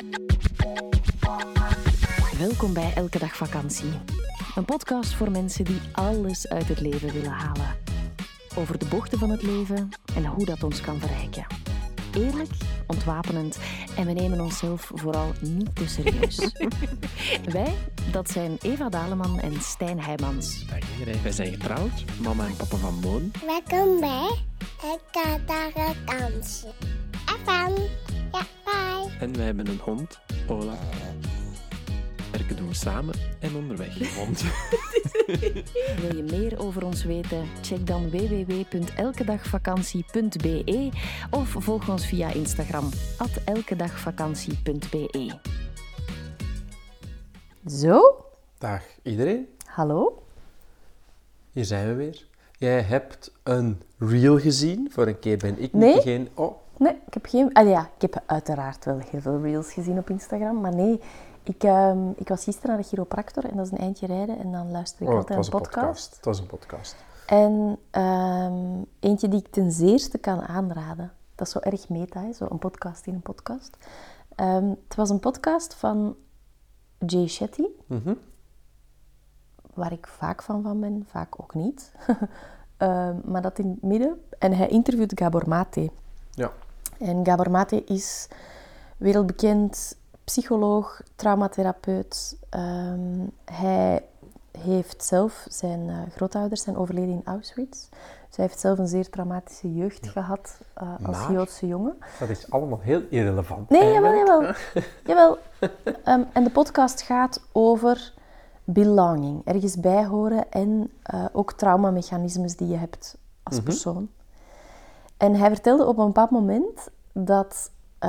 Welkom bij Elke Dag Vakantie. Een podcast voor mensen die alles uit het leven willen halen. Over de bochten van het leven en hoe dat ons kan verrijken. Eerlijk, ontwapenend en we nemen onszelf vooral niet te serieus. Wij, dat zijn Eva Daleman en Stijn Heijmans. Dag iedereen, wij zijn getrouwd, mama en papa van Moon. Welkom bij Elke Dag Vakantie. FM, ja, bye. En wij hebben een hond, Olaf. Werken doen we samen en onderweg een hond. Wil je meer over ons weten? Check dan www.elkedagvakantie.be of volg ons via Instagram @elkedagvakantie.be. Zo, Dag iedereen, hallo. hier zijn we weer. Jij hebt een reel gezien, voor een keer ben ik Nee. niet degene... Oh, Nee, ik heb geen... ik heb uiteraard wel heel veel reels gezien op Instagram, maar nee, ik was gisteren naar de chiropractor en dat is een eindje rijden en dan luister ik het altijd was een een podcast. Het was een podcast. En eentje die ik ten zeerste kan aanraden. Dat is zo erg meta, hè? Zo een podcast in een podcast. Het was een podcast van Jay Shetty, waar ik vaak van ben, vaak ook niet. Maar dat in het midden. En hij interviewt Gabor Mate. Ja. En Gabor Mate is wereldbekend psycholoog, traumatherapeut. Hij heeft zelf, zijn grootouders zijn overleden in Auschwitz. Dus hij heeft zelf een zeer traumatische jeugd gehad als Maar- Joodse jongen. Dat is allemaal heel irrelevant. Nee, eigenlijk. jawel. En de podcast gaat over belonging, ergens bij horen en ook traumamechanismes die je hebt als persoon. En hij vertelde op een bepaald moment dat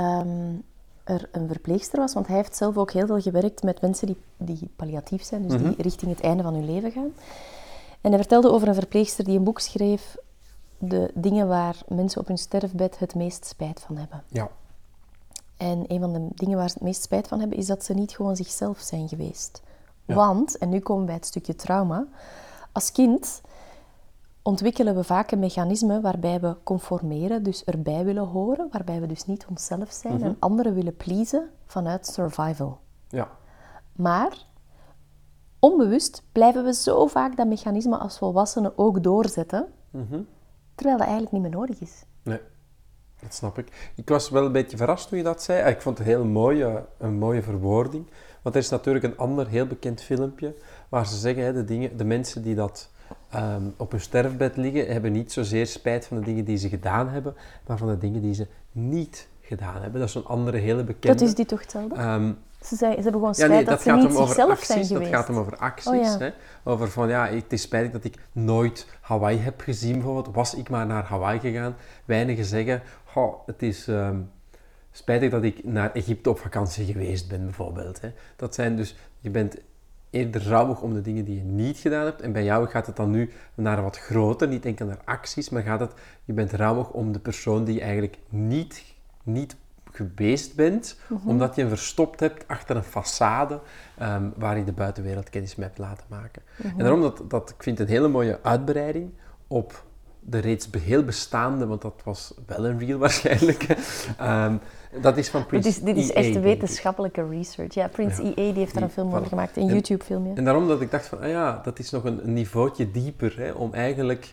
er een verpleegster was, want hij heeft zelf ook heel veel gewerkt met mensen die palliatief zijn, dus die richting het einde van hun leven gaan. En hij vertelde over een verpleegster die een boek schreef, de dingen waar mensen op hun sterfbed het meest spijt van hebben. Ja. En een van de dingen waar ze het meest spijt van hebben, is dat ze niet gewoon zichzelf zijn geweest. Ja. Want, en nu komen we bij het stukje trauma, als kind ontwikkelen we vaak een mechanisme waarbij we conformeren, dus erbij willen horen, waarbij we dus niet onszelf zijn en anderen willen pleasen vanuit survival. Ja. Maar onbewust blijven we zo vaak dat mechanisme als volwassenen ook doorzetten, terwijl dat eigenlijk niet meer nodig is. Nee, dat snap ik. Ik was wel een beetje verrast toen je dat zei. Ik vond het een mooie verwoording. Want er is natuurlijk een ander heel bekend filmpje waar ze zeggen, hè, de mensen die dat op hun sterfbed liggen, hebben niet zozeer spijt van de dingen die ze gedaan hebben, maar van de dingen die ze niet gedaan hebben. Dat is zo'n andere hele bekende. Dat is die toch hetzelfde? Ze hebben gewoon Ja, spijt nee, dat ze gaat niet hem over zichzelf acties, zijn geweest. Dat gaat hem over acties. Oh, ja. Hè? Over van, ja, het is spijtig dat ik nooit Hawaii heb gezien, bijvoorbeeld. Was ik maar naar Hawaii gegaan. Weinigen zeggen, het is spijtig dat ik naar Egypte op vakantie geweest ben, bijvoorbeeld. Hè? Dat zijn dus, je bent eerder rouwig om de dingen die je niet gedaan hebt. En bij jou gaat het dan nu naar wat groter, niet enkel naar acties, maar je bent rouwig om de persoon die je eigenlijk niet geweest bent, omdat je hem verstopt hebt achter een façade waar je de buitenwereld kennis mee hebt laten maken. En daarom dat ik vind het een hele mooie uitbreiding op de reeds heel bestaande, want dat was wel een reel waarschijnlijk. Dat is van Prince Dit is EA, echt denk ik. wetenschappelijke research. Ja, Prince EA die heeft daar een film over gemaakt, een YouTube-film. Ja. En daarom dat ik dacht van, dat is nog een niveautje dieper, hè, om eigenlijk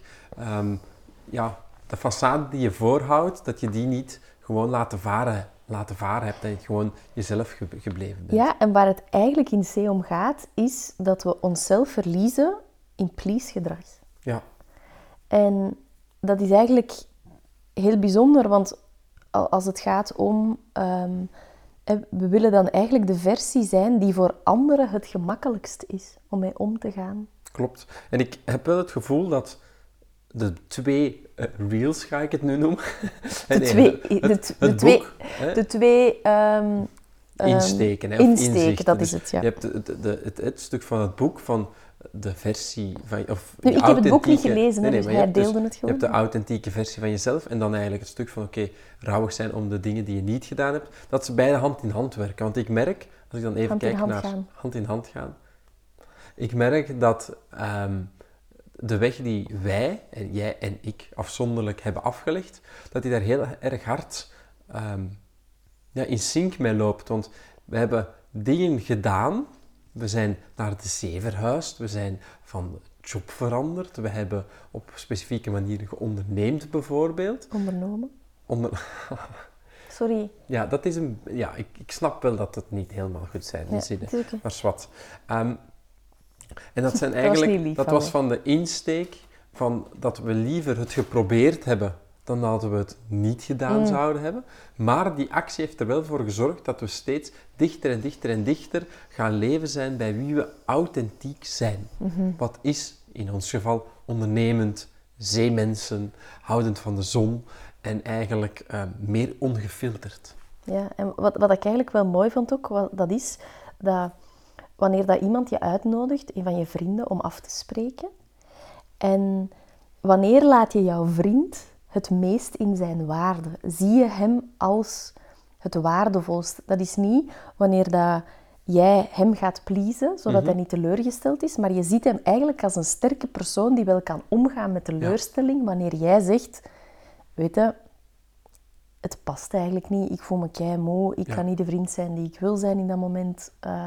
de façade die je voorhoudt, dat je die niet gewoon laten varen hebt, dat je gewoon jezelf gebleven bent. Ja, en waar het eigenlijk in C om gaat, is dat we onszelf verliezen in please-gedrag. Ja. En dat is eigenlijk heel bijzonder, want als het gaat om... we willen dan eigenlijk de versie zijn die voor anderen het gemakkelijkst is om mee om te gaan. Klopt. En ik heb wel het gevoel dat de twee reels, ga ik het nu noemen. De twee insteken. Hè, of insteken, inzichten. dat Dus is het, ja. Je hebt het stuk van het boek van de versie van... Of Nu, de ik heb het boek niet authentieke- gelezen, hè, dus maar je hij hebt deelde het Je gewoon. hebt de authentieke versie van jezelf en dan eigenlijk het stuk van, rouwig zijn om de dingen die je niet gedaan hebt. Dat ze beide hand in hand werken. Want ik merk, als ik dan even Hand in kijk hand naar gaan. hand in hand gaan, ik merk dat de weg die wij, en jij en ik, afzonderlijk hebben afgelegd, dat die daar heel erg hard in sync mee loopt. Want We hebben dingen gedaan. We zijn naar de zee verhuisd. We zijn van job veranderd. We hebben op specifieke manieren geonderneemd, bijvoorbeeld. Ondernomen? Sorry. Ja, dat is een... Ja, ik snap wel dat het niet helemaal goed zijn, die zinnen. Het is oké. Maar zwart. En dat zijn Dat was eigenlijk... niet lief Dat van was me. van de insteek van dat we liever het geprobeerd hebben dan dat we het niet gedaan zouden hebben. Maar die actie heeft er wel voor gezorgd dat we steeds dichter en dichter en dichter gaan leven zijn bij wie we authentiek zijn. Wat is in ons geval ondernemend, zeemensen, houdend van de zon en eigenlijk meer ongefilterd. Ja, en wat ik eigenlijk wel mooi vond ook, dat is dat wanneer dat iemand je uitnodigt, een van je vrienden, om af te spreken, en wanneer laat je jouw vriend het meest in zijn waarde? Zie je hem als het waardevolst? Dat is niet wanneer dat jij hem gaat pleasen, zodat hij niet teleurgesteld is, maar je ziet hem eigenlijk als een sterke persoon die wel kan omgaan met teleurstelling, wanneer jij zegt, weet je, het past eigenlijk niet, ik voel me keimoe, ik kan niet de vriend zijn die ik wil zijn in dat moment.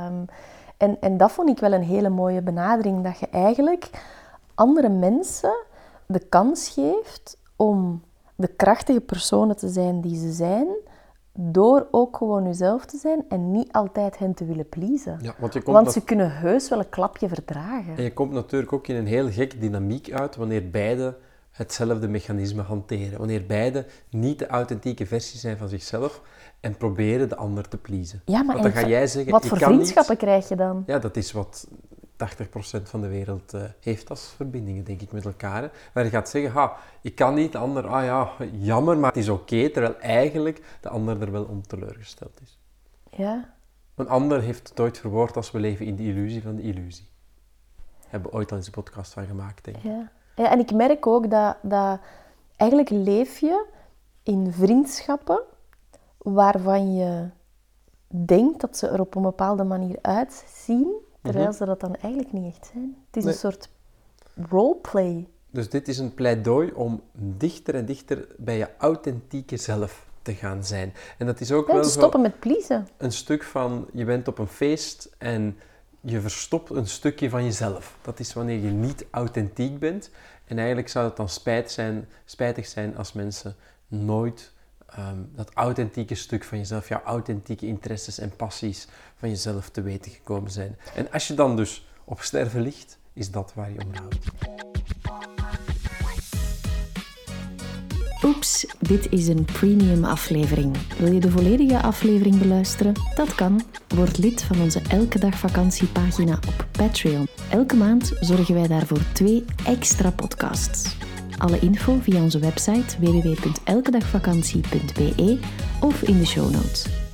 En dat vond ik wel een hele mooie benadering, dat je eigenlijk andere mensen de kans geeft om de krachtige personen te zijn die ze zijn, door ook gewoon jezelf te zijn en niet altijd hen te willen pleasen. Ja, want ze kunnen heus wel een klapje verdragen. En je komt natuurlijk ook in een heel gek dynamiek uit wanneer beide hetzelfde mechanisme hanteren. Wanneer beide niet de authentieke versie zijn van zichzelf en proberen de ander te pleasen. Ja, maar want dan ga jij zeggen, wat ik voor kan vriendschappen niet. krijg je dan? Ja, dat is wat 80% van de wereld heeft als verbindingen, denk ik, met elkaar. Hè. Waar je gaat zeggen, ik kan niet, de ander, jammer, maar het is oké, terwijl eigenlijk de ander er wel om teleurgesteld is. Ja. Een ander heeft het ooit verwoord als we leven in de illusie van de illusie. Hebben we ooit al eens een podcast van gemaakt, denk ik. Ja, en ik merk ook dat eigenlijk leef je in vriendschappen waarvan je denkt dat ze er op een bepaalde manier uitzien, terwijl ze dat dan eigenlijk niet echt zijn. Het is een soort roleplay. Dus dit is een pleidooi om dichter en dichter bij je authentieke zelf te gaan zijn. En dat is ook wel te stoppen met pleasen. een stuk van, je bent op een feest en je verstopt een stukje van jezelf. Dat is wanneer je niet authentiek bent. En eigenlijk zou het dan spijtig zijn als mensen nooit dat authentieke stuk van jezelf, jouw authentieke interesses en passies van jezelf te weten gekomen zijn. En als je dan dus op sterven ligt, is dat waar je om houdt. Oeps, dit is een premium aflevering. Wil je de volledige aflevering beluisteren? Dat kan. Word lid van onze Elke Dag Vakantiepagina op Patreon. Elke maand zorgen wij daarvoor 2 extra podcasts. Alle info via onze website www.elkedagvakantie.be of in de show notes.